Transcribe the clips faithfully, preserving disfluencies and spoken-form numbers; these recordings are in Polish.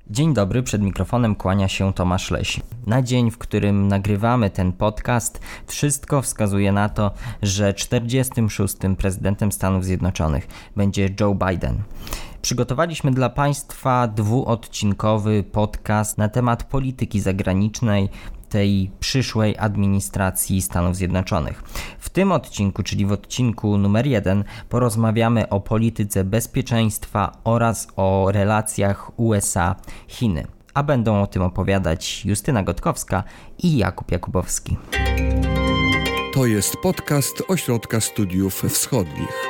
Dzień dobry, przed mikrofonem kłania się Tomasz Leś. Na dzień, w którym nagrywamy ten podcast, wszystko wskazuje na to, że czterdziestym szóstym prezydentem Stanów Zjednoczonych będzie Joe Biden. Przygotowaliśmy dla Państwa dwuodcinkowy podcast na temat polityki zagranicznej tej przyszłej administracji Stanów Zjednoczonych. W tym odcinku, czyli w odcinku numer jeden, porozmawiamy o polityce bezpieczeństwa oraz o relacjach U S A-Chiny. A będą o tym opowiadać Justyna Gotkowska i Jakub Jakubowski. To jest podcast Ośrodka Studiów Wschodnich.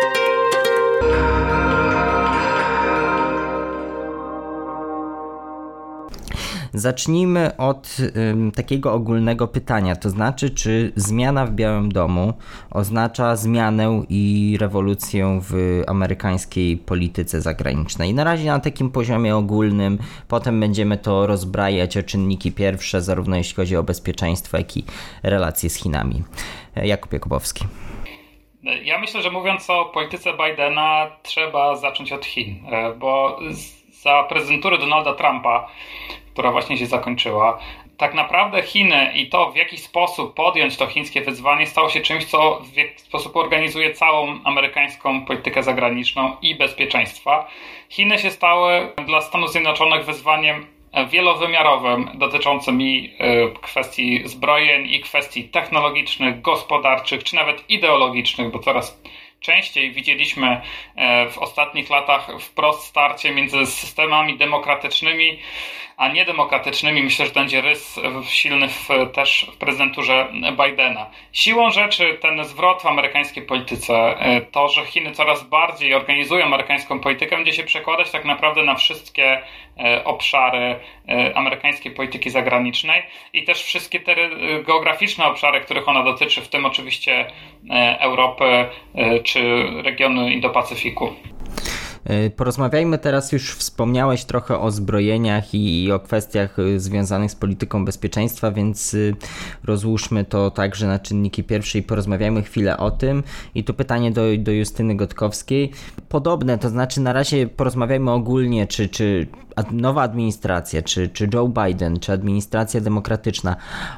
Zacznijmy od ym, takiego ogólnego pytania, to znaczy, czy zmiana w Białym Domu oznacza zmianę i rewolucję w amerykańskiej polityce zagranicznej. Na razie na takim poziomie ogólnym, potem będziemy to rozbrajać o czynniki pierwsze, zarówno jeśli chodzi o bezpieczeństwo, jak i relacje z Chinami. Jakub Jakubowski. Ja myślę, że mówiąc o polityce Bidena, trzeba zacząć od Chin, bo za prezydentury Donalda Trumpa, która właśnie się zakończyła, tak naprawdę Chiny i to, w jaki sposób podjąć to chińskie wyzwanie, stało się czymś, co w jakiś sposób organizuje całą amerykańską politykę zagraniczną i bezpieczeństwa. Chiny się stały dla Stanów Zjednoczonych wyzwaniem wielowymiarowym, dotyczącym i kwestii zbrojeń, i kwestii technologicznych, gospodarczych, czy nawet ideologicznych, bo coraz częściej widzieliśmy w ostatnich latach wprost starcie między systemami demokratycznymi a niedemokratycznymi. Myślę, że to będzie rys silny w, też w prezydenturze Bidena. Siłą rzeczy ten zwrot w amerykańskiej polityce, to, że Chiny coraz bardziej organizują amerykańską politykę, będzie się przekładać tak naprawdę na wszystkie obszary amerykańskiej polityki zagranicznej i też wszystkie te geograficzne obszary, których ona dotyczy, w tym oczywiście Europy czy regionu Indo-Pacyfiku. Porozmawiajmy teraz, już wspomniałeś trochę o zbrojeniach i o kwestiach związanych z polityką bezpieczeństwa, więc rozłóżmy to także na czynniki pierwsze i porozmawiajmy chwilę o tym. I tu pytanie do, do Justyny Gotkowskiej. Podobne, to znaczy na razie porozmawiajmy ogólnie, czy, czy nowa administracja, czy, czy Joe Biden, czy administracja demokratyczna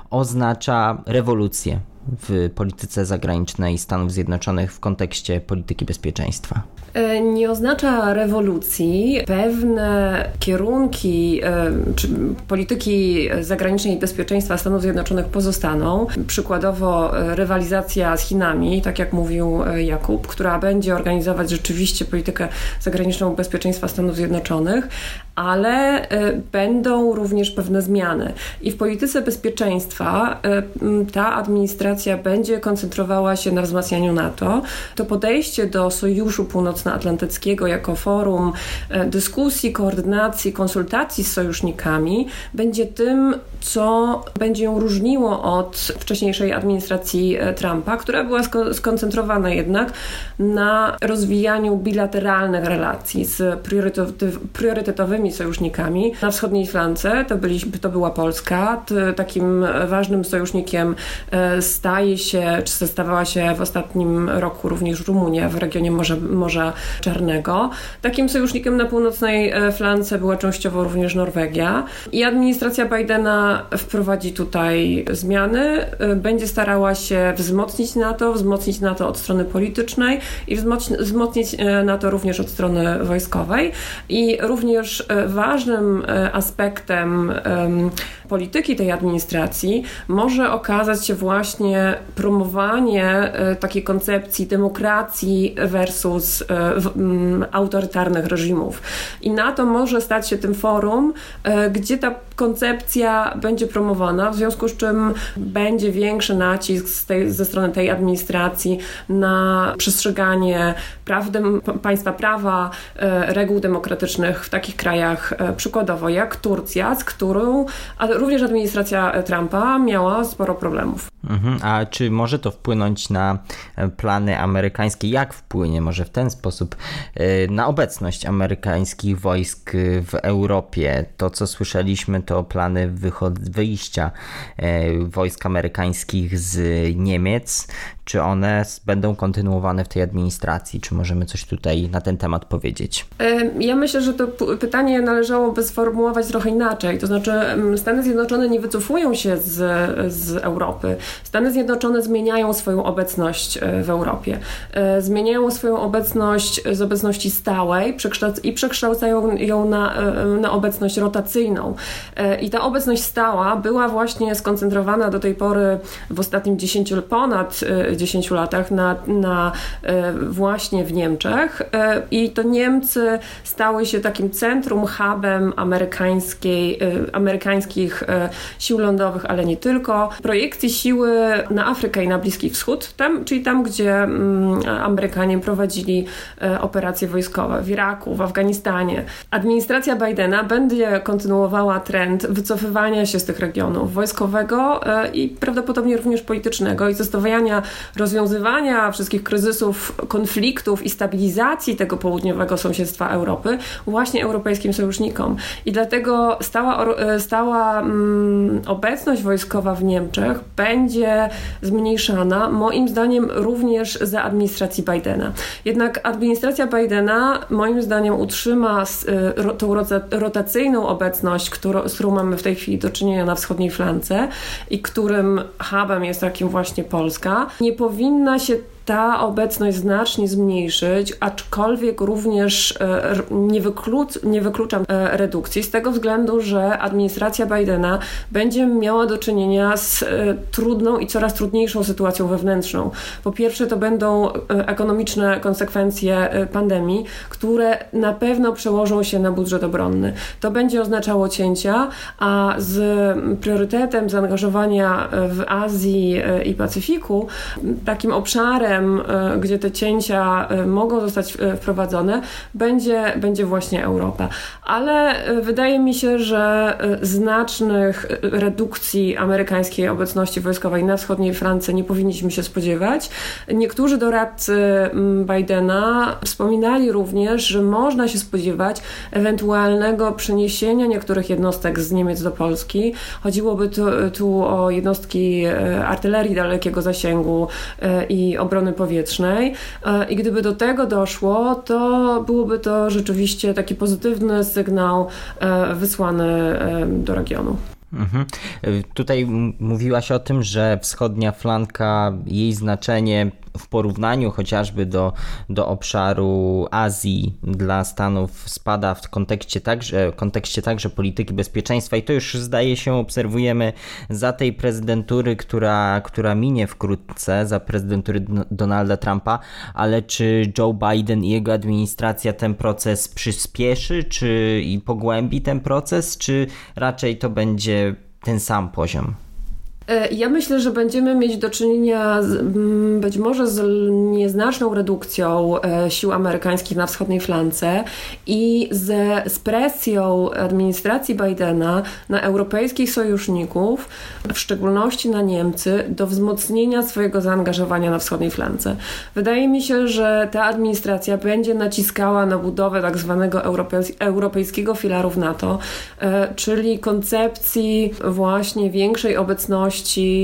oznacza rewolucję w polityce zagranicznej Stanów Zjednoczonych w kontekście polityki bezpieczeństwa? Nie oznacza rewolucji. Pewne kierunki czy polityki zagranicznej i bezpieczeństwa Stanów Zjednoczonych pozostaną. Przykładowo rywalizacja z Chinami, tak jak mówił Jakub, która będzie organizować rzeczywiście politykę zagraniczną bezpieczeństwa Stanów Zjednoczonych, ale będą również pewne zmiany. I w polityce bezpieczeństwa ta administracja będzie koncentrowała się na wzmacnianiu NATO. To podejście do Sojuszu Północnoatlantyckiego jako forum dyskusji, koordynacji, konsultacji z sojusznikami będzie tym, co będzie ją różniło od wcześniejszej administracji Trumpa, która była skoncentrowana jednak na rozwijaniu bilateralnych relacji z priorytetowymi sojusznikami. Na wschodniej flance to, byli, to była Polska. Takim ważnym sojusznikiem staje się, czy stawała się w ostatnim roku również Rumunia w regionie Morza, Morza Czarnego. Takim sojusznikiem na północnej flance była częściowo również Norwegia. I administracja Bidena wprowadzi tutaj zmiany, będzie starała się wzmocnić NATO, wzmocnić NATO od strony politycznej i wzmocnić NATO również od strony wojskowej. I również ważnym aspektem polityki tej administracji może okazać się właśnie promowanie takiej koncepcji demokracji versus autorytarnych reżimów. I NATO może stać się tym forum, gdzie ta koncepcja będzie promowana, w związku z czym będzie większy nacisk z tej, ze strony tej administracji na przestrzeganie praw dem, państwa prawa, reguł demokratycznych w takich krajach, przykładowo jak Turcja, z którą ale również administracja Trumpa miała sporo problemów. Mhm. A czy może to wpłynąć na plany amerykańskie? Jak wpłynie? Może w ten sposób na obecność amerykańskich wojsk w Europie? To, co słyszeliśmy, to plany wychod- wyjścia wojsk amerykańskich z Niemiec. Czy one będą kontynuowane w tej administracji? Czy możemy coś tutaj na ten temat powiedzieć? Ja myślę, że to pytanie należałoby sformułować trochę inaczej. To znaczy Stany Zjednoczone nie wycofują się z, z Europy. Stany Zjednoczone zmieniają swoją obecność w Europie. Zmieniają swoją obecność z obecności stałej i przekształcają ją na, na obecność rotacyjną. I ta obecność stała była właśnie skoncentrowana do tej pory w ostatnim dziesięciu, ponad dziesięciu latach na, na właśnie w Niemczech. I to Niemcy stały się takim centrum, hubem amerykańskiej, amerykańskich sił lądowych, ale nie tylko. Projekcji siły na Afrykę i na Bliski Wschód, tam, czyli tam, gdzie Amerykanie prowadzili operacje wojskowe w Iraku, w Afganistanie. Administracja Bidena będzie kontynuowała trend wycofywania się z tych regionów wojskowego i prawdopodobnie również politycznego i zostawiania rozwiązywania wszystkich kryzysów, konfliktów i stabilizacji tego południowego sąsiedztwa Europy właśnie europejskim sojusznikom. I dlatego stała, stała um, obecność wojskowa w Niemczech będzie zmniejszana, moim zdaniem również za administracji Bidena. Jednak administracja Bidena moim zdaniem utrzyma y, tą rotacyjną obecność, którą, z którą mamy w tej chwili do czynienia na wschodniej flance i którym hubem jest takim właśnie Polska. Nie powinna się ta obecność znacznie zmniejszyć, aczkolwiek również nie, wykluc- nie wykluczam redukcji z tego względu, że administracja Bidena będzie miała do czynienia z trudną i coraz trudniejszą sytuacją wewnętrzną. Po pierwsze to będą ekonomiczne konsekwencje pandemii, które na pewno przełożą się na budżet obronny. To będzie oznaczało cięcia, a z priorytetem zaangażowania w Azji i Pacyfiku, takim obszarem, gdzie te cięcia mogą zostać wprowadzone, będzie, będzie właśnie Europa. Ale wydaje mi się, że znacznych redukcji amerykańskiej obecności wojskowej na wschodniej Francji nie powinniśmy się spodziewać. Niektórzy doradcy Bidena wspominali również, że można się spodziewać ewentualnego przeniesienia niektórych jednostek z Niemiec do Polski. Chodziłoby tu, tu o jednostki artylerii dalekiego zasięgu i obrony powietrznej i gdyby do tego doszło, to byłoby to rzeczywiście taki pozytywny sygnał wysłany do regionu. Mhm. Tutaj mówiłaś o tym, że wschodnia flanka, jej znaczenie w porównaniu chociażby do, do obszaru Azji dla Stanów spada w kontekście także, kontekście także polityki bezpieczeństwa i to już zdaje się obserwujemy za tej prezydentury, która, która minie wkrótce, za prezydentury Donalda Trumpa, ale czy Joe Biden i jego administracja ten proces przyspieszy, czy i pogłębi ten proces, czy raczej to będzie ten sam poziom? Ja myślę, że będziemy mieć do czynienia z, być może z nieznaczną redukcją sił amerykańskich na wschodniej flance i ze, z presją administracji Bidena na europejskich sojuszników, w szczególności na Niemcy, do wzmocnienia swojego zaangażowania na wschodniej flance. Wydaje mi się, że ta administracja będzie naciskała na budowę tak zwanego europejs- europejskiego filaru w NATO, czyli koncepcji właśnie większej obecności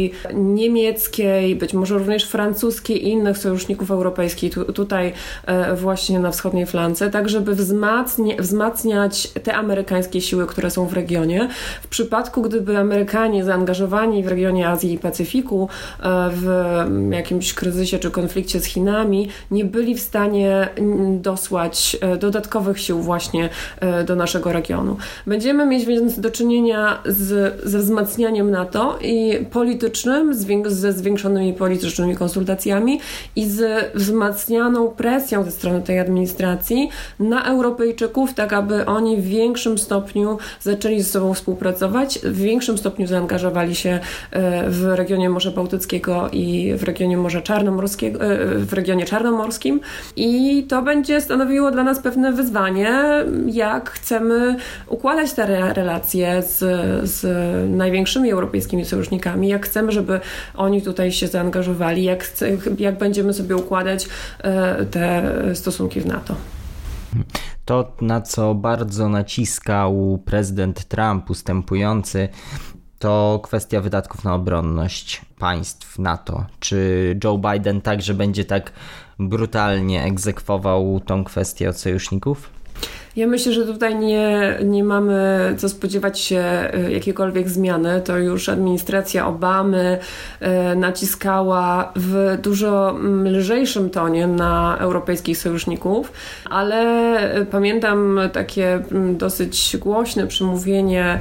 niemieckiej, być może również francuskiej i innych sojuszników europejskich tu, tutaj właśnie na wschodniej flance, tak żeby wzmacnia, wzmacniać te amerykańskie siły, które są w regionie. W przypadku, gdyby Amerykanie zaangażowani w regionie Azji i Pacyfiku w jakimś kryzysie czy konflikcie z Chinami nie byli w stanie dosłać dodatkowych sił właśnie do naszego regionu. Będziemy mieć więc do czynienia z, ze wzmacnianiem NATO i politycznym, ze zwiększonymi politycznymi konsultacjami i z wzmacnianą presją ze strony tej administracji na Europejczyków, tak aby oni w większym stopniu zaczęli ze sobą współpracować, w większym stopniu zaangażowali się w regionie Morza Bałtyckiego i w regionie Morza Czarnomorskiego, w regionie czarnomorskim i to będzie stanowiło dla nas pewne wyzwanie, jak chcemy układać te relacje z, z największymi europejskimi sojusznikami, sojusznikami, jak chcemy, żeby oni tutaj się zaangażowali, jak, chce, jak będziemy sobie układać te stosunki w NATO. To, na co bardzo naciskał prezydent Trump ustępujący, to kwestia wydatków na obronność państw NATO. Czy Joe Biden także będzie tak brutalnie egzekwował tą kwestię od sojuszników? Ja myślę, że tutaj nie, nie mamy co spodziewać się jakiejkolwiek zmiany. To już administracja Obamy naciskała w dużo lżejszym tonie na europejskich sojuszników, ale pamiętam takie dosyć głośne przemówienie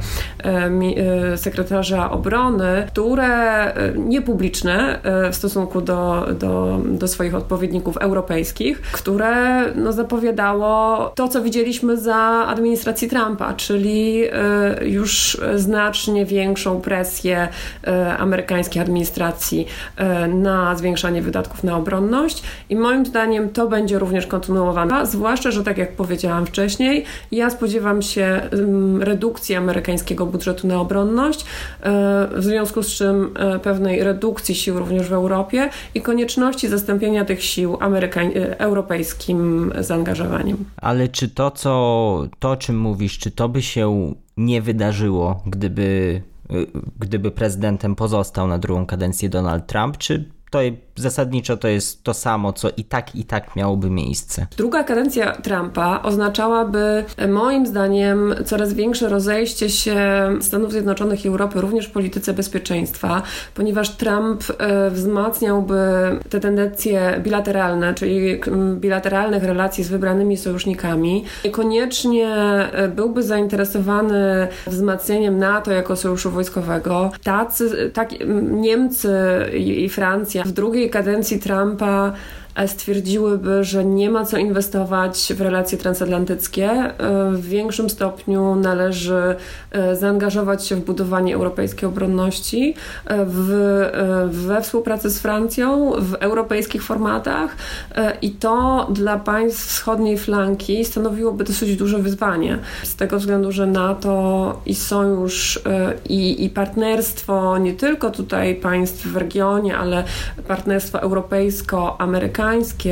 sekretarza obrony, które niepubliczne w stosunku do, do, do swoich odpowiedników europejskich, które no, zapowiadało to, co widzieliśmy za administracji Trumpa, czyli już znacznie większą presję amerykańskiej administracji na zwiększanie wydatków na obronność i moim zdaniem to będzie również kontynuowane, zwłaszcza, że tak jak powiedziałam wcześniej, ja spodziewam się redukcji amerykańskiego budżetu na obronność, w związku z czym pewnej redukcji sił również w Europie i konieczności zastąpienia tych sił amerykań- europejskim zaangażowaniem. Ale czy to, co to, o czym mówisz, czy to by się nie wydarzyło, gdyby, gdyby prezydentem pozostał na drugą kadencję Donald Trump, czy to zasadniczo to jest to samo, co i tak, i tak miałoby miejsce? Druga kadencja Trumpa oznaczałaby, moim zdaniem, coraz większe rozejście się Stanów Zjednoczonych i Europy, również w polityce bezpieczeństwa, ponieważ Trump wzmacniałby te tendencje bilateralne, czyli bilateralnych relacji z wybranymi sojusznikami. Niekoniecznie byłby zainteresowany wzmacnianiem NATO jako sojuszu wojskowego. Tacy, tak, Niemcy i Francja w drugiej kadencji Trumpa stwierdziłyby, że nie ma co inwestować w relacje transatlantyckie. W większym stopniu należy zaangażować się w budowanie europejskiej obronności, w, we współpracy z Francją, w europejskich formatach i to dla państw wschodniej flanki stanowiłoby dosyć duże wyzwanie. Z tego względu, że NATO i sojusz i, i partnerstwo nie tylko tutaj państw w regionie, ale partnerstwo europejsko-amerykańskie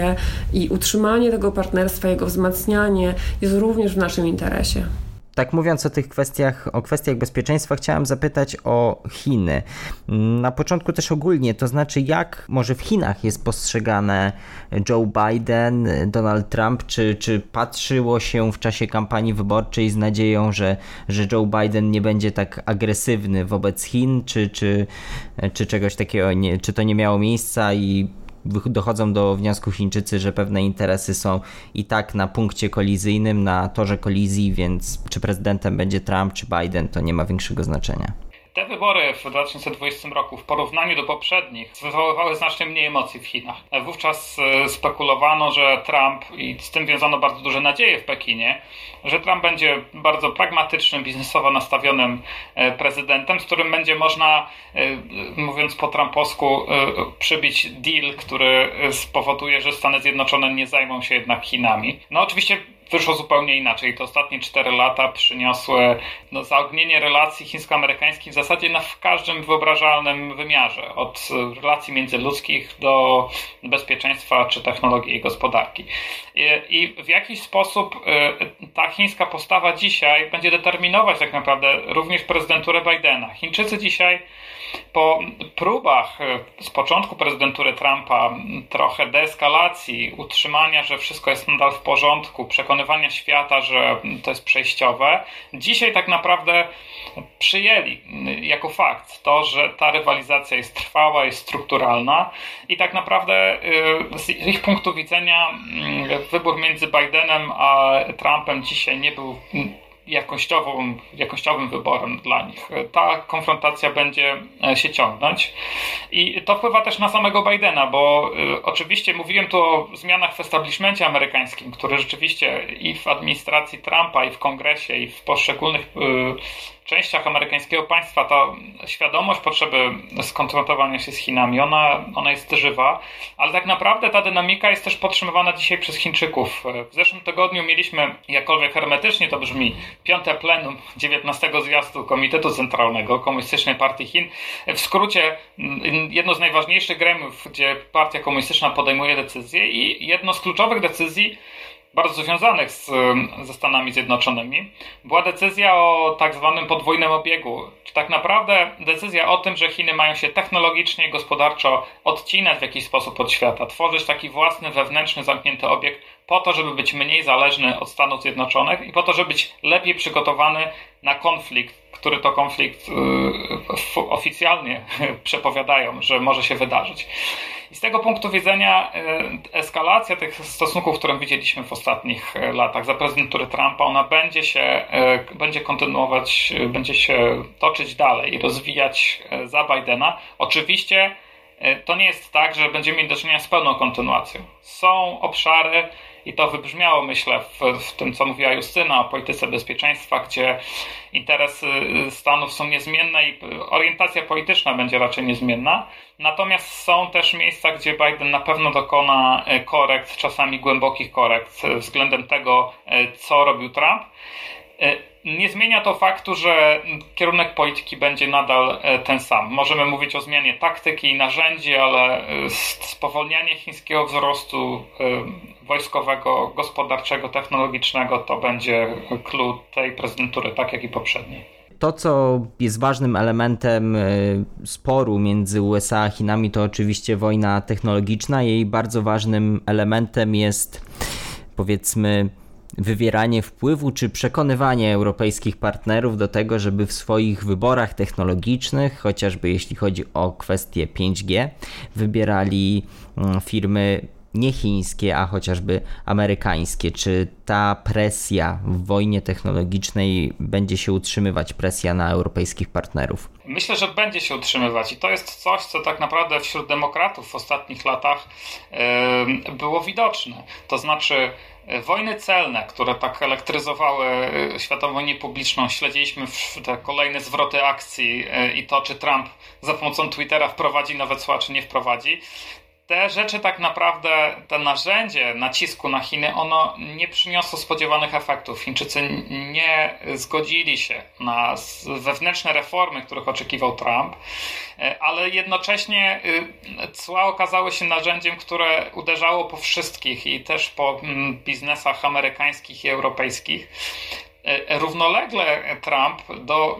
i utrzymanie tego partnerstwa, jego wzmacnianie jest również w naszym interesie. Tak mówiąc o tych kwestiach, o kwestiach bezpieczeństwa, chciałem zapytać o Chiny. Na początku też ogólnie, to znaczy jak może w Chinach jest postrzegane Joe Biden, Donald Trump, czy, czy patrzyło się w czasie kampanii wyborczej z nadzieją, że, że Joe Biden nie będzie tak agresywny wobec Chin, czy, czy, czy czegoś takiego, nie, czy to nie miało miejsca i dochodzą do wniosku Chińczycy, że pewne interesy są i tak na punkcie kolizyjnym, na torze kolizji, więc czy prezydentem będzie Trump, czy Biden, to nie ma większego znaczenia. Te wybory w dwa tysiące dwudziestym roku w porównaniu do poprzednich wywoływały znacznie mniej emocji w Chinach. Wówczas spekulowano, że Trump, i z tym wiązano bardzo duże nadzieje w Pekinie, że Trump będzie bardzo pragmatycznym, biznesowo nastawionym prezydentem, z którym będzie można, mówiąc po trumpowsku, przybić deal, który spowoduje, że Stany Zjednoczone nie zajmą się jednak Chinami. No oczywiście wyszło zupełnie inaczej. Te ostatnie cztery lata przyniosły no, zaognienie relacji chińsko-amerykańskich w zasadzie na w każdym wyobrażalnym wymiarze. Od relacji międzyludzkich do bezpieczeństwa czy technologii i gospodarki. I, i w jakiś sposób y, ta chińska postawa dzisiaj będzie determinować tak naprawdę również prezydenturę Bidena. Chińczycy dzisiaj po próbach z początku prezydentury Trumpa trochę deeskalacji, utrzymania, że wszystko jest nadal w porządku, przekonywania świata, że to jest przejściowe, dzisiaj tak naprawdę przyjęli jako fakt to, że ta rywalizacja jest trwała, jest strukturalna i tak naprawdę z ich punktu widzenia wybór między Bidenem a Trumpem dzisiaj nie był jakościową, jakościowym wyborem dla nich. Ta konfrontacja będzie się ciągnąć i to wpływa też na samego Bidena, bo y, oczywiście mówiłem tu o zmianach w establishmencie amerykańskim, które rzeczywiście i w administracji Trumpa, i w kongresie, i w poszczególnych y, częściach amerykańskiego państwa ta świadomość potrzeby skonfrontowania się z Chinami, ona, ona jest żywa, ale tak naprawdę ta dynamika jest też podtrzymywana dzisiaj przez Chińczyków. W zeszłym tygodniu mieliśmy, jakkolwiek hermetycznie to brzmi, piąte plenum dziewiętnastego zjazdu Komitetu Centralnego Komunistycznej Partii Chin. W skrócie jedno z najważniejszych gremiów, gdzie partia komunistyczna podejmuje decyzje i jedno z kluczowych decyzji bardzo związanych z, ze Stanami Zjednoczonymi, była decyzja o tak zwanym podwójnym obiegu. Czy tak naprawdę decyzja o tym, że Chiny mają się technologicznie, gospodarczo odcinać w jakiś sposób od świata, tworzyć taki własny, wewnętrzny, zamknięty obieg po to, żeby być mniej zależny od Stanów Zjednoczonych i po to, żeby być lepiej przygotowany na konflikt, który to konflikt yy, oficjalnie przepowiadają, że może się wydarzyć. I z tego punktu widzenia eskalacja tych stosunków, którą widzieliśmy w ostatnich latach za prezydentury Trumpa, ona będzie się, będzie kontynuować, będzie się toczyć dalej i rozwijać za Bidena. Oczywiście to nie jest tak, że będziemy mieli do czynienia z pełną kontynuacją. Są obszary, i to wybrzmiało, myślę, w, w tym, co mówiła Justyna o polityce bezpieczeństwa, gdzie interesy Stanów są niezmienne i orientacja polityczna będzie raczej niezmienna. Natomiast są też miejsca, gdzie Biden na pewno dokona korekt, czasami głębokich korekt względem tego, co robił Trump. Nie zmienia to faktu, że kierunek polityki będzie nadal ten sam. Możemy mówić o zmianie taktyki i narzędzi, ale spowolnianie chińskiego wzrostu wojskowego, gospodarczego, technologicznego to będzie clue tej prezydentury, tak jak i poprzedniej. To, co jest ważnym elementem sporu między U S A a Chinami, to oczywiście wojna technologiczna. Jej bardzo ważnym elementem jest, powiedzmy, wywieranie wpływu czy przekonywanie europejskich partnerów do tego, żeby w swoich wyborach technologicznych, chociażby jeśli chodzi o kwestie pięć G, wybierali firmy nie chińskie, a chociażby amerykańskie. Czy ta presja w wojnie technologicznej będzie się utrzymywać, presja na europejskich partnerów? Myślę, że będzie się utrzymywać i to jest coś, co tak naprawdę wśród demokratów w ostatnich latach yy, było widoczne. To znaczy wojny celne, które tak elektryzowały światową opinię publiczną, śledziliśmy te kolejne zwroty akcji i to, czy Trump za pomocą Twittera wprowadzi nowe cła, czy nie wprowadzi. Te rzeczy tak naprawdę, te narzędzie nacisku na Chiny, ono nie przyniosło spodziewanych efektów. Chińczycy nie zgodzili się na wewnętrzne reformy, których oczekiwał Trump, ale jednocześnie cła okazały się narzędziem, które uderzało po wszystkich i też po biznesach amerykańskich i europejskich. Równolegle Trump do,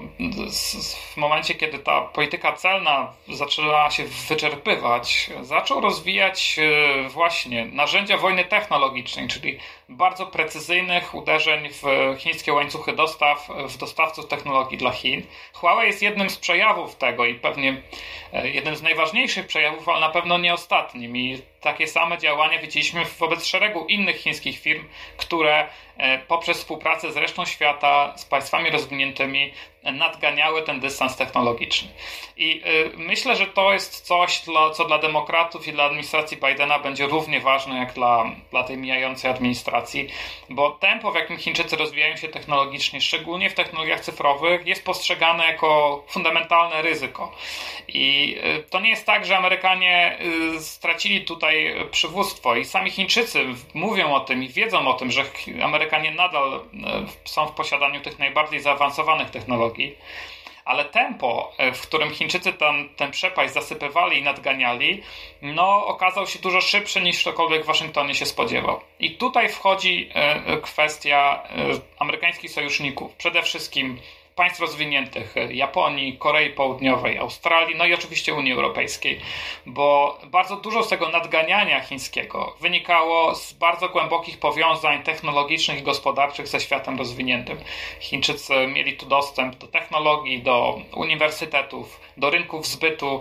w momencie, kiedy ta polityka celna zaczęła się wyczerpywać, zaczął rozwijać właśnie narzędzia wojny technologicznej, czyli bardzo precyzyjnych uderzeń w chińskie łańcuchy dostaw, w dostawców technologii dla Chin. Huawei jest jednym z przejawów tego i pewnie jednym z najważniejszych przejawów, ale na pewno nie ostatnim. I takie same działania widzieliśmy wobec szeregu innych chińskich firm, które poprzez współpracę z resztą świata, z państwami rozwiniętymi nadganiały ten dystans technologiczny. I myślę, że to jest coś, co dla demokratów i dla administracji Bidena będzie równie ważne jak dla, dla tej mijającej administracji, bo tempo, w jakim Chińczycy rozwijają się technologicznie, szczególnie w technologiach cyfrowych, jest postrzegane jako fundamentalne ryzyko. I to nie jest tak, że Amerykanie stracili tutaj przywództwo i sami Chińczycy mówią o tym i wiedzą o tym, że Amerykanie nadal są w posiadaniu tych najbardziej zaawansowanych technologii, ale tempo, w którym Chińczycy ten, ten przepaść zasypywali i nadganiali, no okazał się dużo szybszy niż ktokolwiek w Waszyngtonie się spodziewał. I tutaj wchodzi kwestia amerykańskich sojuszników, przede wszystkim państw rozwiniętych, Japonii, Korei Południowej, Australii, no i oczywiście Unii Europejskiej, bo bardzo dużo z tego nadganiania chińskiego wynikało z bardzo głębokich powiązań technologicznych i gospodarczych ze światem rozwiniętym. Chińczycy mieli tu dostęp do technologii, do uniwersytetów, do rynków zbytu,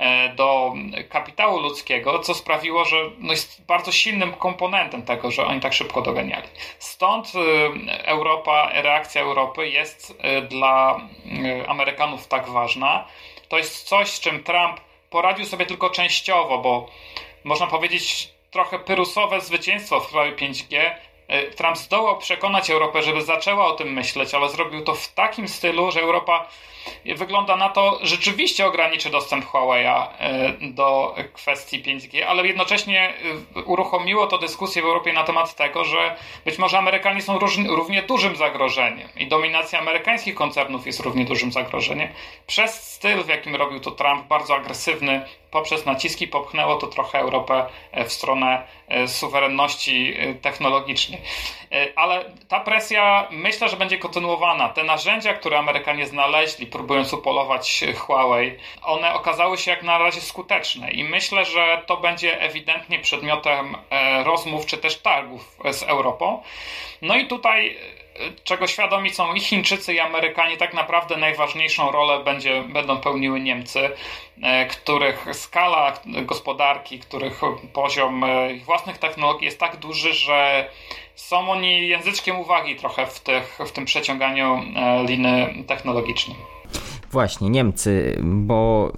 do kapitału ludzkiego, co sprawiło, że no jest bardzo silnym komponentem tego, że oni tak szybko doganiali. Stąd Europa, reakcja Europy jest dla Amerykanów tak ważna. To jest coś, z czym Trump poradził sobie tylko częściowo, bo można powiedzieć trochę pyrusowe zwycięstwo w sprawie pięć G Trump zdołał przekonać Europę, żeby zaczęła o tym myśleć, ale zrobił to w takim stylu, że Europa wygląda na to, rzeczywiście ograniczy dostęp Huawei'a do kwestii pięć G, ale jednocześnie uruchomiło to dyskusję w Europie na temat tego, że być może Amerykanie są równie dużym zagrożeniem i dominacja amerykańskich koncernów jest równie dużym zagrożeniem. Przez styl, w jakim robił to Trump, bardzo agresywny, poprzez naciski popchnęło to trochę Europę w stronę suwerenności technologicznej. Ale ta presja, myślę, że będzie kontynuowana. Te narzędzia, które Amerykanie znaleźli, próbując upolować Huawei, one okazały się jak na razie skuteczne i myślę, że to będzie ewidentnie przedmiotem rozmów czy też targów z Europą. No i tutaj, czego świadomi są i Chińczycy, i Amerykanie, tak naprawdę najważniejszą rolę będzie, będą pełniły Niemcy, których skala gospodarki, których poziom ich własnych technologii jest tak duży, że są oni języczkiem uwagi trochę w, tych, w tym przeciąganiu liny technologicznej. Właśnie, Niemcy, bo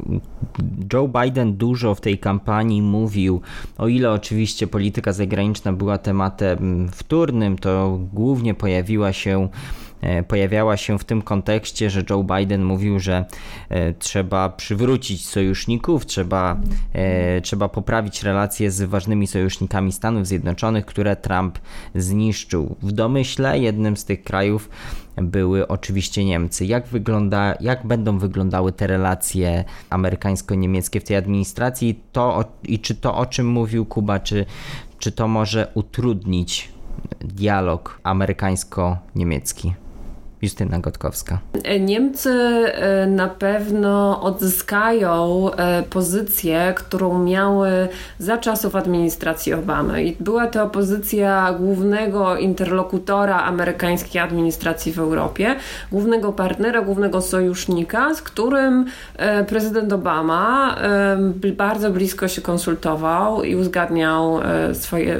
Joe Biden dużo w tej kampanii mówił, o ile oczywiście polityka zagraniczna była tematem wtórnym, to głównie pojawiła się pojawiała się w tym kontekście, że Joe Biden mówił, że e, trzeba przywrócić sojuszników, trzeba, e, trzeba poprawić relacje z ważnymi sojusznikami Stanów Zjednoczonych, które Trump zniszczył. W domyśle jednym z tych krajów były oczywiście Niemcy. Jak wygląda, jak będą wyglądały te relacje amerykańsko-niemieckie w tej administracji? To, i czy to, o czym mówił Kuba, czy, czy to może utrudnić dialog amerykańsko-niemiecki? Justyna Gotkowska. Niemcy na pewno odzyskają pozycję, którą miały za czasów administracji Obamy. I była to pozycja głównego interlokutora amerykańskiej administracji w Europie, głównego partnera, głównego sojusznika, z którym prezydent Obama bardzo blisko się konsultował i uzgadniał swoje,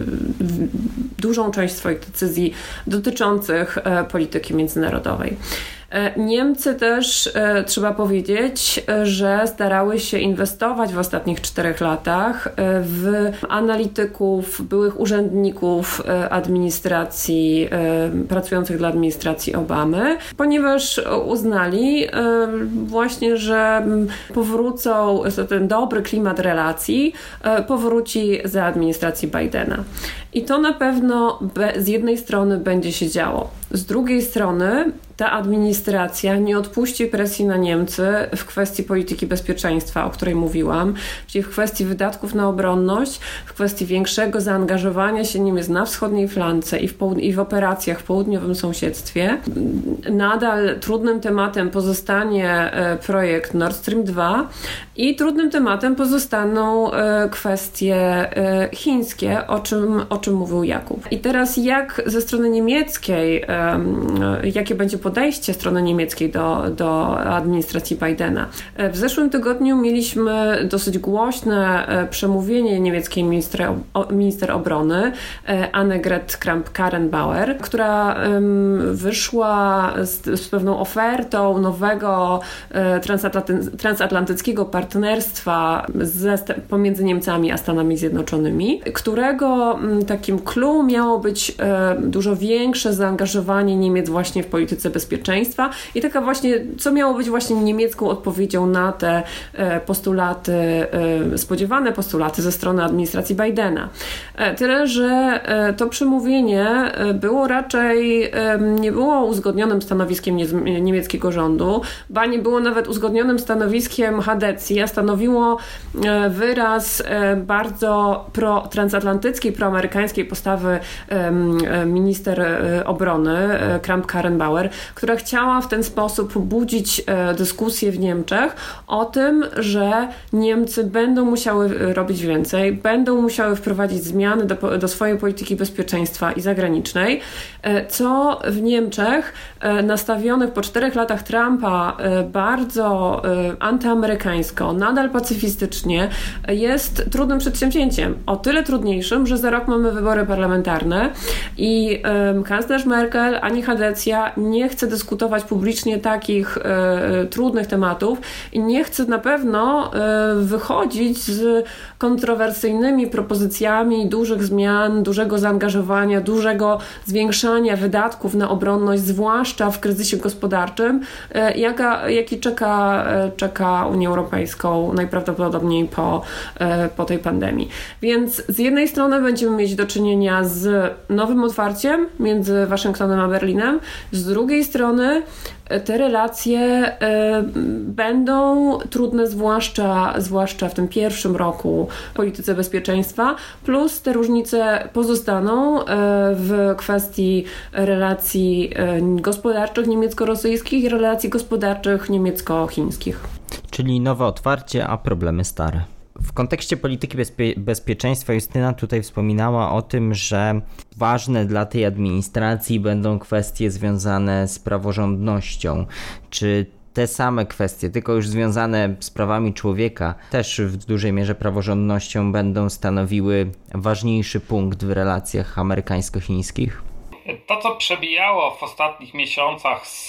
dużą część swoich decyzji dotyczących polityki międzynarodowej. Międzynarodowej. Niemcy też, trzeba powiedzieć, że starały się inwestować w ostatnich czterech latach w analityków, byłych urzędników administracji, pracujących dla administracji Obamy, ponieważ uznali właśnie, że powrócą, ten dobry klimat relacji powróci za administracji Bidena. I to na pewno z jednej strony będzie się działo. Z drugiej strony ta administracja nie odpuści presji na Niemcy w kwestii polityki bezpieczeństwa, o której mówiłam, czyli w kwestii wydatków na obronność, w kwestii większego zaangażowania się Niemiec na wschodniej flance i w, połud- i w operacjach w południowym sąsiedztwie. Nadal trudnym tematem pozostanie projekt Nord Stream dwa i trudnym tematem pozostaną kwestie chińskie, o czym, o czym mówił Jakub. I teraz jak ze strony niemieckiej, jakie będzie podejście strony niemieckiej do, do administracji Bidena. W zeszłym tygodniu mieliśmy dosyć głośne przemówienie niemieckiej minister, minister obrony Annegret Kramp-Karrenbauer, która wyszła z, z pewną ofertą nowego transatlanty, transatlantyckiego partnerstwa ze, pomiędzy Niemcami a Stanami Zjednoczonymi, którego takim clue miało być dużo większe zaangażowanie Niemiec właśnie w polityce bezpieczeństwa i taka właśnie, co miało być właśnie niemiecką odpowiedzią na te postulaty, spodziewane postulaty ze strony administracji Bidena. Tyle, że to przemówienie było raczej, nie było uzgodnionym stanowiskiem niemieckiego rządu, ba nie było nawet uzgodnionym stanowiskiem Hadecji, a stanowiło wyraz bardzo pro-transatlantyckiej, proamerykańskiej postawy minister obrony Kramp-Karrenbauer, która chciała w ten sposób budzić dyskusję w Niemczech o tym, że Niemcy będą musiały robić więcej, będą musiały wprowadzić zmiany do, do swojej polityki bezpieczeństwa i zagranicznej, co w Niemczech nastawionych po czterech latach Trumpa bardzo antyamerykańsko, nadal pacyfistycznie jest trudnym przedsięwzięciem. O tyle trudniejszym, że za rok mamy wybory parlamentarne i kanclerz Merkel Borrell, ani Hadecja nie chce dyskutować publicznie takich e, trudnych tematów i nie chce na pewno e, wychodzić z kontrowersyjnymi propozycjami dużych zmian, dużego zaangażowania, dużego zwiększania wydatków na obronność, zwłaszcza w kryzysie gospodarczym, e, jaka, jaki czeka, e, czeka Unię Europejską najprawdopodobniej po, e, po tej pandemii. Więc z jednej strony będziemy mieć do czynienia z nowym otwarciem między Waszyngtonem a Berlinem, z drugiej strony te relacje y, będą trudne, zwłaszcza, zwłaszcza w tym pierwszym roku w polityce bezpieczeństwa, plus te różnice pozostaną y, w kwestii relacji y, gospodarczych niemiecko-rosyjskich i relacji gospodarczych niemiecko-chińskich. Czyli nowe otwarcie, a problemy stare. W kontekście polityki bezpie- bezpieczeństwa Justyna tutaj wspominała o tym, że ważne dla tej administracji będą kwestie związane z praworządnością. Czy te same kwestie, tylko już związane z prawami człowieka, też w dużej mierze praworządnością będą stanowiły ważniejszy punkt w relacjach amerykańsko-chińskich? To, co przebijało w ostatnich miesiącach z,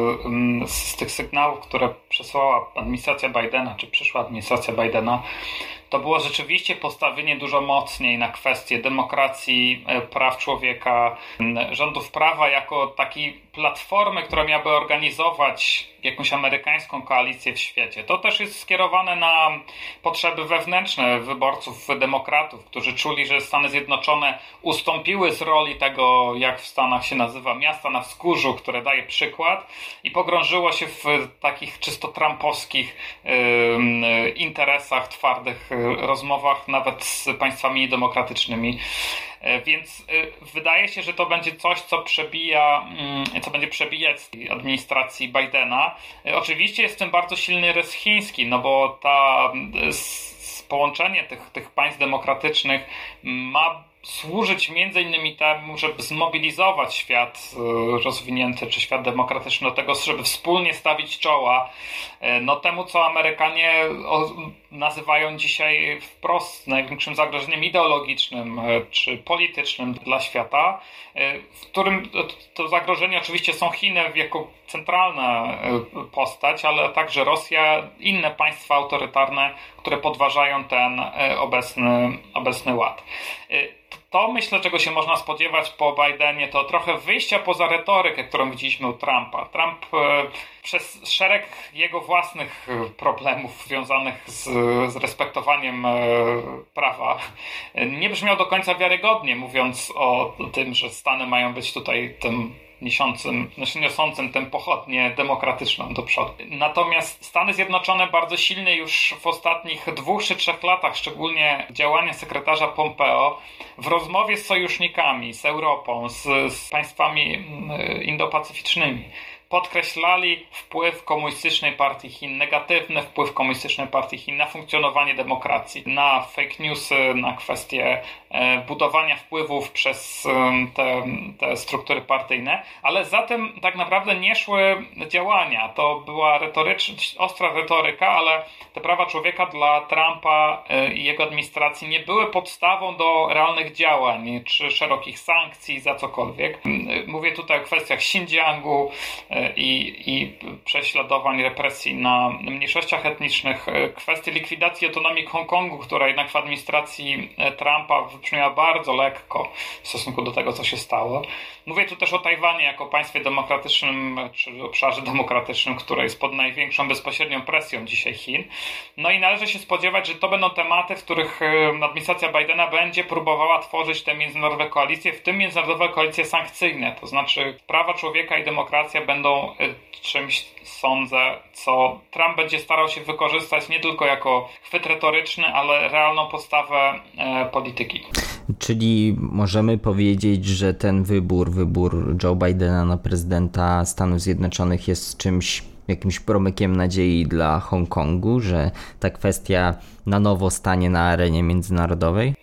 z tych sygnałów, które przesłała administracja Bidena, czy przyszła administracja Bidena, to było rzeczywiście postawienie dużo mocniej na kwestie demokracji, praw człowieka, rządów prawa jako takiej platformy, która miałaby organizować jakąś amerykańską koalicję w świecie. To też jest skierowane na potrzeby wewnętrzne wyborców demokratów, którzy czuli, że Stany Zjednoczone ustąpiły z roli tego, jak w Stanach się nazywa, miasta na wzgórzu, które daje przykład, i pogrążyło się w takich czysto trumpowskich yy, interesach, twardych rozmowach nawet z państwami niedemokratycznymi. Więc wydaje się, że to będzie coś, co przebija, co będzie przebijać z administracji Bidena. Oczywiście jest w tym bardzo silny rys chiński, no bo ta połączenie tych, tych państw demokratycznych ma służyć między innymi temu, żeby zmobilizować świat rozwinięty czy świat demokratyczny do tego, żeby wspólnie stawić czoła no, temu, co Amerykanie nazywają dzisiaj wprost największym zagrożeniem ideologicznym czy politycznym dla świata, w którym to zagrożenie oczywiście są Chiny jako centralna postać, ale także Rosja, inne państwa autorytarne, które podważają ten obecny, obecny ład. To myślę, czego się można spodziewać po Bidenie, to trochę wyjścia poza retorykę, którą widzieliśmy u Trumpa. Trump e, przez szereg jego własnych problemów związanych z, z respektowaniem e, prawa e, nie brzmiał do końca wiarygodnie, mówiąc o tym, że Stany mają być tutaj tym niosącym, znaczy niosącym tę pochodnię demokratyczną do przodu. Natomiast Stany Zjednoczone bardzo silnie już w ostatnich dwóch czy trzech latach, szczególnie działania sekretarza Pompeo, w rozmowie z sojusznikami, z Europą, z, z państwami indopacyficznymi, podkreślali wpływ komunistycznej partii Chin, negatywny wpływ komunistycznej partii Chin na funkcjonowanie demokracji, na fake newsy, na kwestie budowania wpływów przez te, te struktury partyjne, ale za tym tak naprawdę nie szły działania. To była retoryczna, ostra retoryka, ale te prawa człowieka dla Trumpa i jego administracji nie były podstawą do realnych działań, czy szerokich sankcji za cokolwiek. Mówię tutaj o kwestiach Xinjiangu i, i prześladowań, represji na mniejszościach etnicznych, kwestii likwidacji autonomii Hongkongu, która jednak w administracji Trumpa wybrzmiała bardzo lekko w stosunku do tego, co się stało. Mówię tu też o Tajwanie jako państwie demokratycznym, czy obszarze demokratycznym, które jest pod największą bezpośrednią presją dzisiaj Chin. No i należy się spodziewać, że to będą tematy, w których administracja Bidena będzie próbowała tworzyć te międzynarodowe koalicje, w tym międzynarodowe koalicje sankcyjne. To znaczy prawa człowieka i demokracja będą czymś, sądzę, co Trump będzie starał się wykorzystać nie tylko jako chwyt retoryczny, ale realną podstawę e, polityki. Czyli możemy powiedzieć, że ten wybór, wybór Joe Bidena na prezydenta Stanów Zjednoczonych jest czymś, jakimś promykiem nadziei dla Hongkongu, że ta kwestia na nowo stanie na arenie międzynarodowej?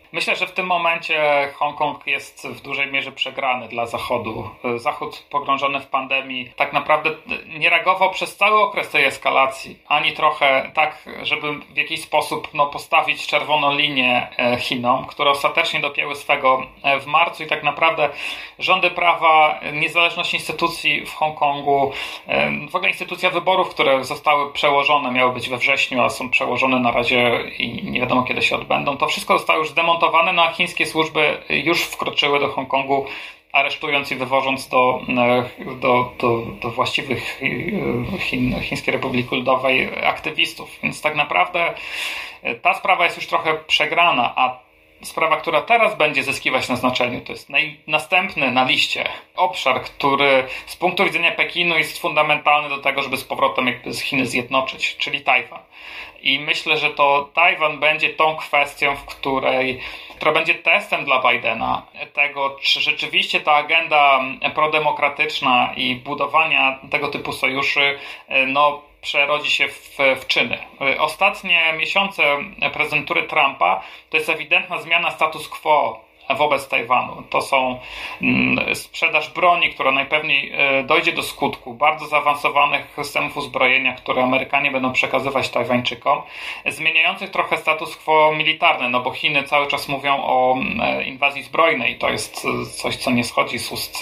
Myślę, że w tym momencie Hongkong jest w dużej mierze przegrany dla Zachodu. Zachód pogrążony w pandemii tak naprawdę nie reagował przez cały okres tej eskalacji, ani trochę tak, żeby w jakiś sposób no, postawić czerwoną linię Chinom, które ostatecznie dopięły swego w marcu i tak naprawdę rządy prawa, niezależność instytucji w Hongkongu, w ogóle instytucja wyborów, które zostały przełożone, miały być we wrześniu, a są przełożone na razie i nie wiadomo kiedy się odbędą, to wszystko zostało już zdemontowane, no a chińskie służby już wkroczyły do Hongkongu, aresztując i wywożąc do, do, do, do właściwych Chin, Chińskiej Republiki Ludowej aktywistów. Więc tak naprawdę ta sprawa jest już trochę przegrana, a sprawa, która teraz będzie zyskiwać na znaczeniu, to jest naj, następny na liście obszar, który z punktu widzenia Pekinu jest fundamentalny do tego, żeby z powrotem jakby z Chiny zjednoczyć, czyli Tajwan. I myślę, że to Tajwan będzie tą kwestią, w której, która będzie testem dla Bidena tego, czy rzeczywiście ta agenda prodemokratyczna i budowania tego typu sojuszy, no, przerodzi się w, w czyny. Ostatnie miesiące prezydentury Trumpa to jest ewidentna zmiana status quo wobec Tajwanu. To są mm, sprzedaż broni, która najpewniej y, dojdzie do skutku, bardzo zaawansowanych systemów uzbrojenia, które Amerykanie będą przekazywać Tajwańczykom, zmieniających trochę status quo militarny, no bo Chiny cały czas mówią o y, inwazji zbrojnej. To jest coś, co nie schodzi z ust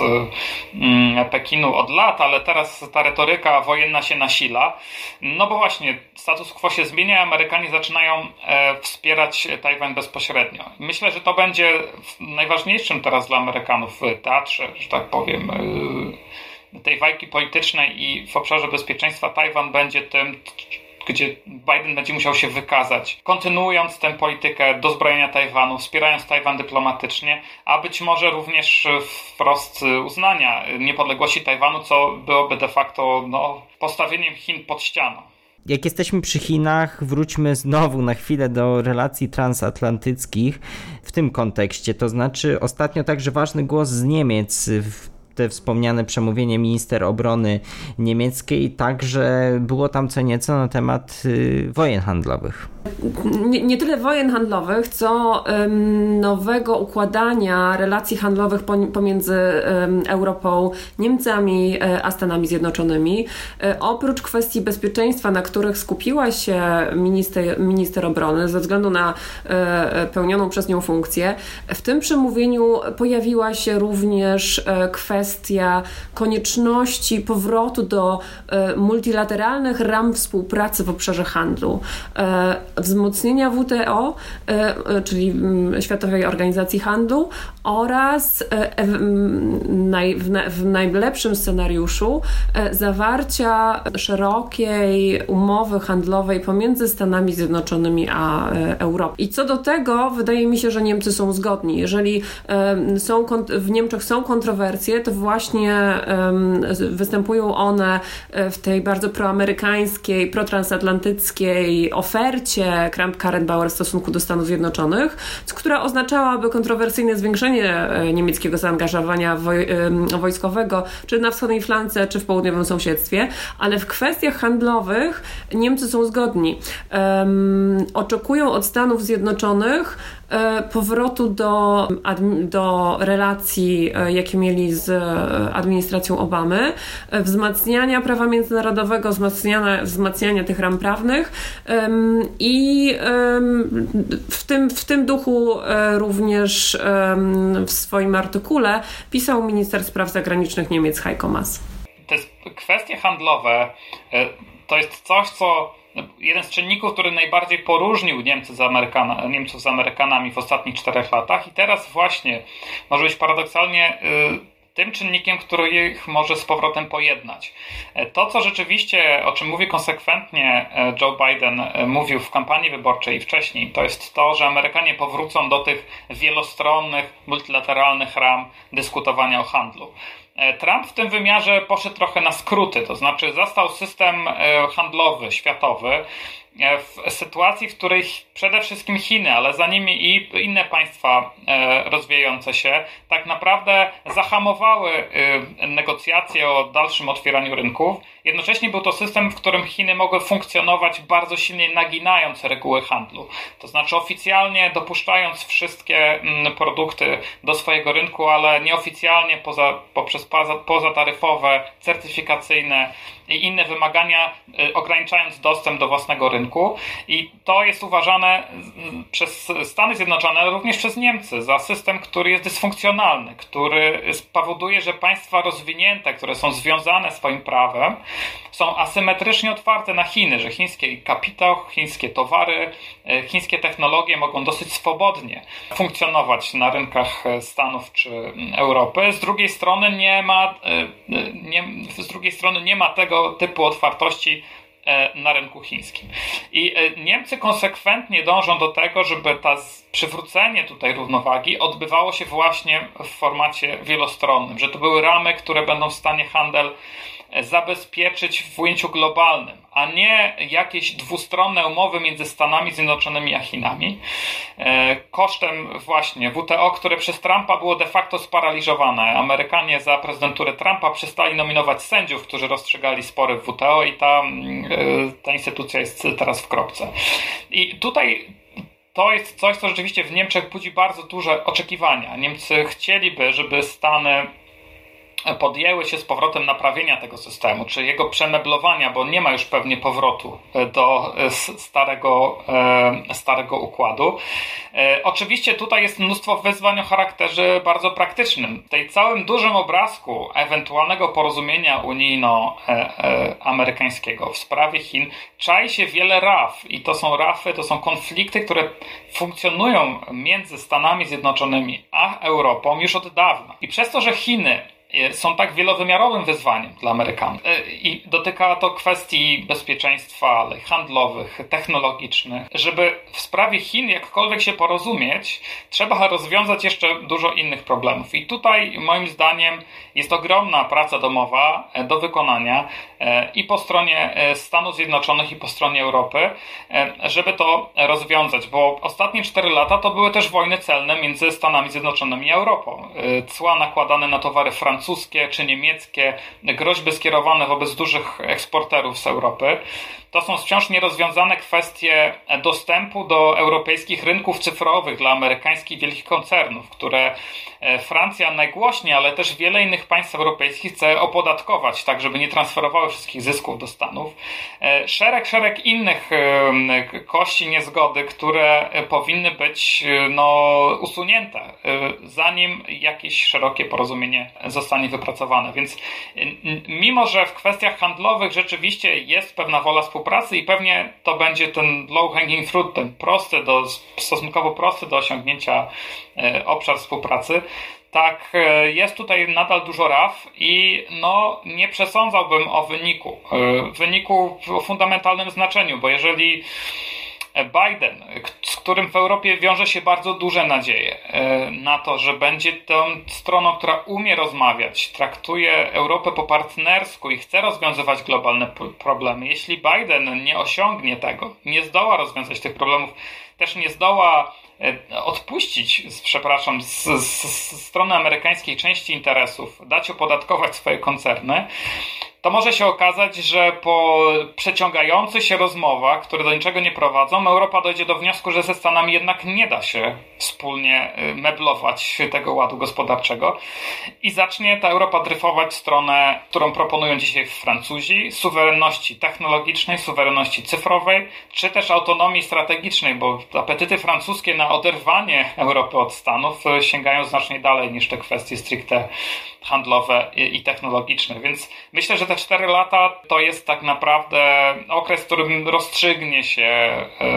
y, Pekinu od lat, ale teraz ta retoryka wojenna się nasila. No bo właśnie status quo się zmienia, Amerykanie zaczynają y, wspierać Tajwan bezpośrednio. Myślę, że to będzie najważniejszym teraz dla Amerykanów w teatrze, że tak powiem, tej walki politycznej i w obszarze bezpieczeństwa Tajwan będzie tym, gdzie Biden będzie musiał się wykazać, kontynuując tę politykę dozbrojenia Tajwanu, wspierając Tajwan dyplomatycznie, a być może również wprost uznania niepodległości Tajwanu, co byłoby de facto no, postawieniem Chin pod ścianą. Jak jesteśmy przy Chinach, wróćmy znowu na chwilę do relacji transatlantyckich w tym kontekście. To znaczy ostatnio także ważny głos z Niemiec, te wspomniane przemówienie minister obrony niemieckiej, także było tam co nieco na temat y, wojen handlowych. Nie, nie tyle wojen handlowych, co um, nowego układania relacji handlowych pomiędzy um, Europą, Niemcami a Stanami Zjednoczonymi. E, oprócz kwestii bezpieczeństwa, na których skupiła się minister, minister obrony ze względu na e, pełnioną przez nią funkcję, w tym przemówieniu pojawiła się również e, kwestia konieczności powrotu do e, multilateralnych ram współpracy w obszarze handlu. E, wzmocnienia W T O, czyli Światowej Organizacji Handlu, oraz w najlepszym scenariuszu zawarcia szerokiej umowy handlowej pomiędzy Stanami Zjednoczonymi a Europą. I co do tego, wydaje mi się, że Niemcy są zgodni. Jeżeli są, w Niemczech są kontrowersje, to właśnie występują one w tej bardzo proamerykańskiej, protransatlantyckiej ofercie Kramp-Karrenbauer w stosunku do Stanów Zjednoczonych, która oznaczałaby kontrowersyjne zwiększenie niemieckiego zaangażowania woj- wojskowego, czy na wschodniej flance, czy w południowym sąsiedztwie, ale w kwestiach handlowych Niemcy są zgodni. Um, oczekują od Stanów Zjednoczonych powrotu do, do relacji, jakie mieli z administracją Obamy, wzmacniania prawa międzynarodowego, wzmacniania, wzmacniania tych ram prawnych i w tym, w tym duchu również w swoim artykule pisał minister spraw zagranicznych Niemiec Heiko Maas. Te kwestie handlowe to jest coś, co jeden z czynników, który najbardziej poróżnił Niemcy z Amerykana, Niemców z Amerykanami w ostatnich czterech latach i teraz właśnie może być paradoksalnie y, tym czynnikiem, który ich może z powrotem pojednać. To, co rzeczywiście, o czym mówi konsekwentnie Joe Biden, mówił w kampanii wyborczej i wcześniej, to jest to, że Amerykanie powrócą do tych wielostronnych, multilateralnych ram dyskutowania o handlu. Trump w tym wymiarze poszedł trochę na skróty, to znaczy zastał system handlowy, światowy, w sytuacji, w której przede wszystkim Chiny, ale za nimi i inne państwa rozwijające się tak naprawdę zahamowały negocjacje o dalszym otwieraniu rynków. Jednocześnie był to system, w którym Chiny mogły funkcjonować bardzo silnie naginając reguły handlu. To znaczy oficjalnie dopuszczając wszystkie produkty do swojego rynku, ale nieoficjalnie poza, poprzez pozataryfowe, certyfikacyjne i inne wymagania, ograniczając dostęp do własnego rynku. I to jest uważane przez Stany Zjednoczone, ale również przez Niemcy za system, który jest dysfunkcjonalny, który spowoduje, że państwa rozwinięte, które są związane swoim prawem, są asymetrycznie otwarte na Chiny, że chiński kapitał, chińskie towary, chińskie technologie mogą dosyć swobodnie funkcjonować na rynkach Stanów czy Europy. Z drugiej strony nie ma, nie, z drugiej strony nie ma tego typu otwartości na rynku chińskim. I Niemcy konsekwentnie dążą do tego, żeby ta przywrócenie tutaj równowagi odbywało się właśnie w formacie wielostronnym, że to były ramy, które będą w stanie handel zabezpieczyć w ujęciu globalnym, a nie jakieś dwustronne umowy między Stanami Zjednoczonymi a Chinami, kosztem właśnie W T O, które przez Trumpa było de facto sparaliżowane. Amerykanie za prezydentury Trumpa przestali nominować sędziów, którzy rozstrzygali spory w W T O i ta, ta instytucja jest teraz w kropce. I tutaj to jest coś, co rzeczywiście w Niemczech budzi bardzo duże oczekiwania. Niemcy chcieliby, żeby Stany podjęły się z powrotem naprawienia tego systemu, czy jego przemeblowania, bo nie ma już pewnie powrotu do starego, starego układu. Oczywiście tutaj jest mnóstwo wyzwań o charakterze bardzo praktycznym. W tej całym dużym obrazku ewentualnego porozumienia unijno-amerykańskiego w sprawie Chin czai się wiele raf i to są rafy, to są konflikty, które funkcjonują między Stanami Zjednoczonymi a Europą już od dawna. I przez to, że Chiny są tak wielowymiarowym wyzwaniem dla Amerykanów i dotyka to kwestii bezpieczeństwa, ale handlowych, technologicznych. Żeby w sprawie Chin jakkolwiek się porozumieć, trzeba rozwiązać jeszcze dużo innych problemów. I tutaj moim zdaniem jest ogromna praca domowa do wykonania i po stronie Stanów Zjednoczonych, i po stronie Europy, żeby to rozwiązać, bo ostatnie cztery lata to były też wojny celne między Stanami Zjednoczonymi a Europą. Cła nakładane na towary francuskie czy niemieckie, groźby skierowane wobec dużych eksporterów z Europy. To są wciąż nierozwiązane kwestie dostępu do europejskich rynków cyfrowych dla amerykańskich wielkich koncernów, które Francja najgłośniej, ale też wiele innych państw europejskich chce opodatkować, tak żeby nie transferowały wszystkich zysków do Stanów. Szereg, szereg innych kości niezgody, które powinny być no, usunięte, zanim jakieś szerokie porozumienie zostanie wypracowane. Więc mimo, że w kwestiach handlowych rzeczywiście jest pewna wola współpracy i pewnie to będzie ten low hanging fruit, ten prosty do, stosunkowo prosty do osiągnięcia obszar współpracy, tak jest tutaj nadal dużo raf i no, nie przesądzałbym o wyniku. Wyniku o fundamentalnym znaczeniu, bo jeżeli Biden, z którym w Europie wiąże się bardzo duże nadzieje na to, że będzie tą stroną, która umie rozmawiać, traktuje Europę po partnersku i chce rozwiązywać globalne problemy. Jeśli Biden nie osiągnie tego, nie zdoła rozwiązać tych problemów, też nie zdoła odpuścić, przepraszam, z, z, z strony amerykańskiej części interesów, dać opodatkować swoje koncerny, to może się okazać, że po przeciągających się rozmowach, które do niczego nie prowadzą, Europa dojdzie do wniosku, że ze Stanami jednak nie da się wspólnie meblować tego ładu gospodarczego i zacznie ta Europa dryfować w stronę, którą proponują dzisiaj Francuzi, suwerenności technologicznej, suwerenności cyfrowej, czy też autonomii strategicznej, bo apetyty francuskie na oderwanie Europy od Stanów sięgają znacznie dalej niż te kwestie stricte handlowe i technologiczne. Więc myślę, że te cztery lata to jest tak naprawdę okres, w którym rozstrzygnie się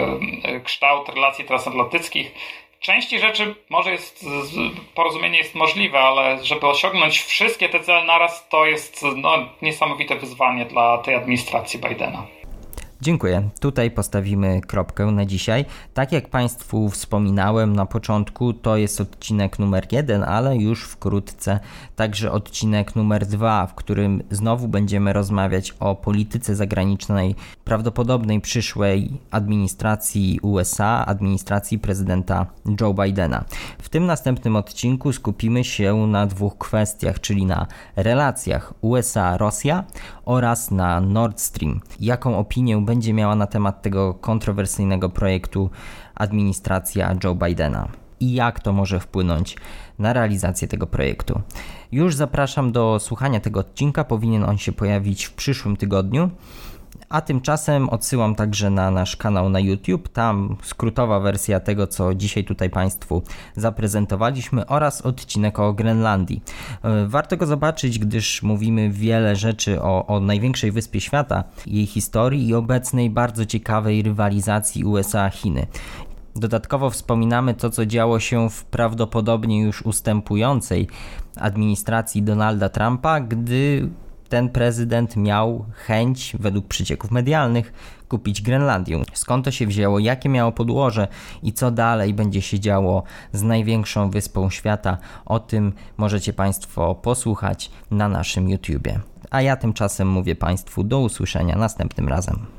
kształt relacji transatlantyckich. W części rzeczy może jest, porozumienie jest możliwe, ale żeby osiągnąć wszystkie te cele naraz, to jest no, niesamowite wyzwanie dla tej administracji Bidena. Dziękuję. Tutaj postawimy kropkę na dzisiaj. Tak jak Państwu wspominałem na początku, to jest odcinek numer jeden, ale już wkrótce także odcinek numer dwa, w którym znowu będziemy rozmawiać o polityce zagranicznej prawdopodobnej przyszłej administracji U S A, administracji prezydenta Joe Bidena. W tym następnym odcinku skupimy się na dwóch kwestiach, czyli na relacjach U S A-Rosja oraz na Nord Stream. Jaką opinię będzie miała na temat tego kontrowersyjnego projektu administracja Joe Bidena i jak to może wpłynąć na realizację tego projektu. Już zapraszam do słuchania tego odcinka, powinien on się pojawić w przyszłym tygodniu, a tymczasem odsyłam także na nasz kanał na YouTube, tam skrótowa wersja tego, co dzisiaj tutaj Państwu zaprezentowaliśmy oraz odcinek o Grenlandii. Warto go zobaczyć, gdyż mówimy wiele rzeczy o, o największej wyspie świata, jej historii i obecnej bardzo ciekawej rywalizacji U S A-Chiny. Dodatkowo wspominamy to, co działo się w prawdopodobnie już ustępującej administracji Donalda Trumpa, gdy ten prezydent miał chęć, według przecieków medialnych, kupić Grenlandię. Skąd to się wzięło, jakie miało podłoże i co dalej będzie się działo z największą wyspą świata, o tym możecie Państwo posłuchać na naszym YouTubie. A ja tymczasem mówię Państwu do usłyszenia następnym razem.